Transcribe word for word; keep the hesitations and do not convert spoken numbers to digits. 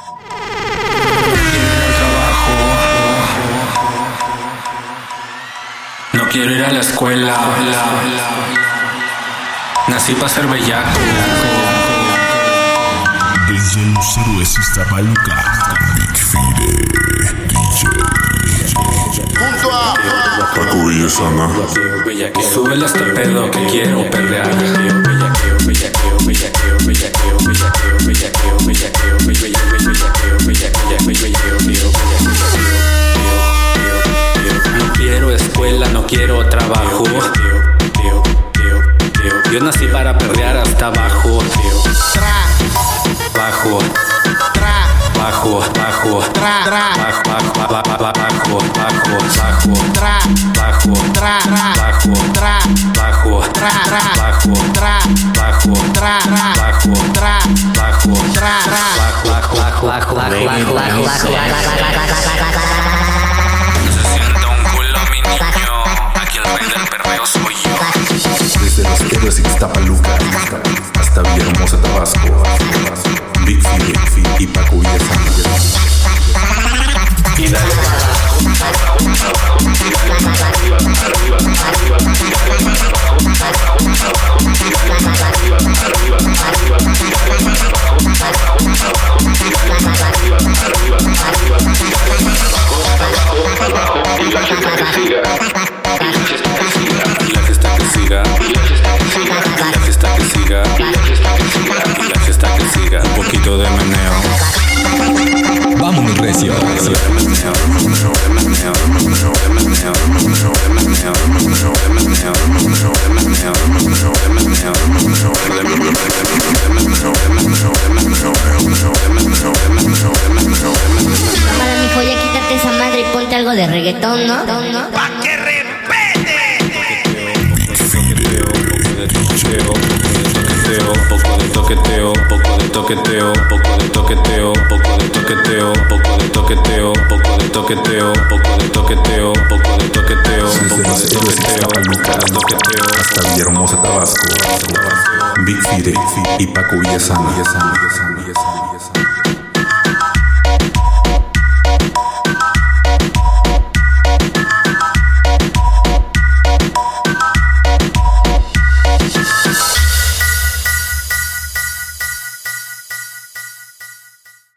No quiero ir a la escuela. Nací para ser bellaco. Desde los héroes Iztapaluca, Big Fide, D J. Junto a Paco Villesana. Súbele este pedo que quiero perrear. No quiero escuela, no quiero trabajo. Yo nací para perrear hasta abajo. Bajo, bajo, bajo, bajo, bajo, bajo, bajo, bajo, bajo, bajo, bajo, bajo, bajo, bajo, bajo, bajo, bajo. Se sienta un culo, mi niño. Aquí el rey del perreo soy yo. Desde los héroes Iztapaluca hasta Villahermosa, Tabasco, Big Fide y Paco Villesana. Y dale la fiesta que siga, la fiesta que siga, la fiesta que siga, un poquito de meneo. Vámonos recio. Para mi joya, quítate esa madre y ponte algo de reggaetón, ¿no? ¿no? Pa' que repete. Poco de toqueteo, poco de toqueteo, poco de toqueteo, poco de toqueteo, poco de toqueteo, poco de toqueteo, poco de toqueteo, poco de toqueteo, Desde los héroes Iztapaluca hasta Villahermosa, Tabasco, Big Fide y Paco Villesana.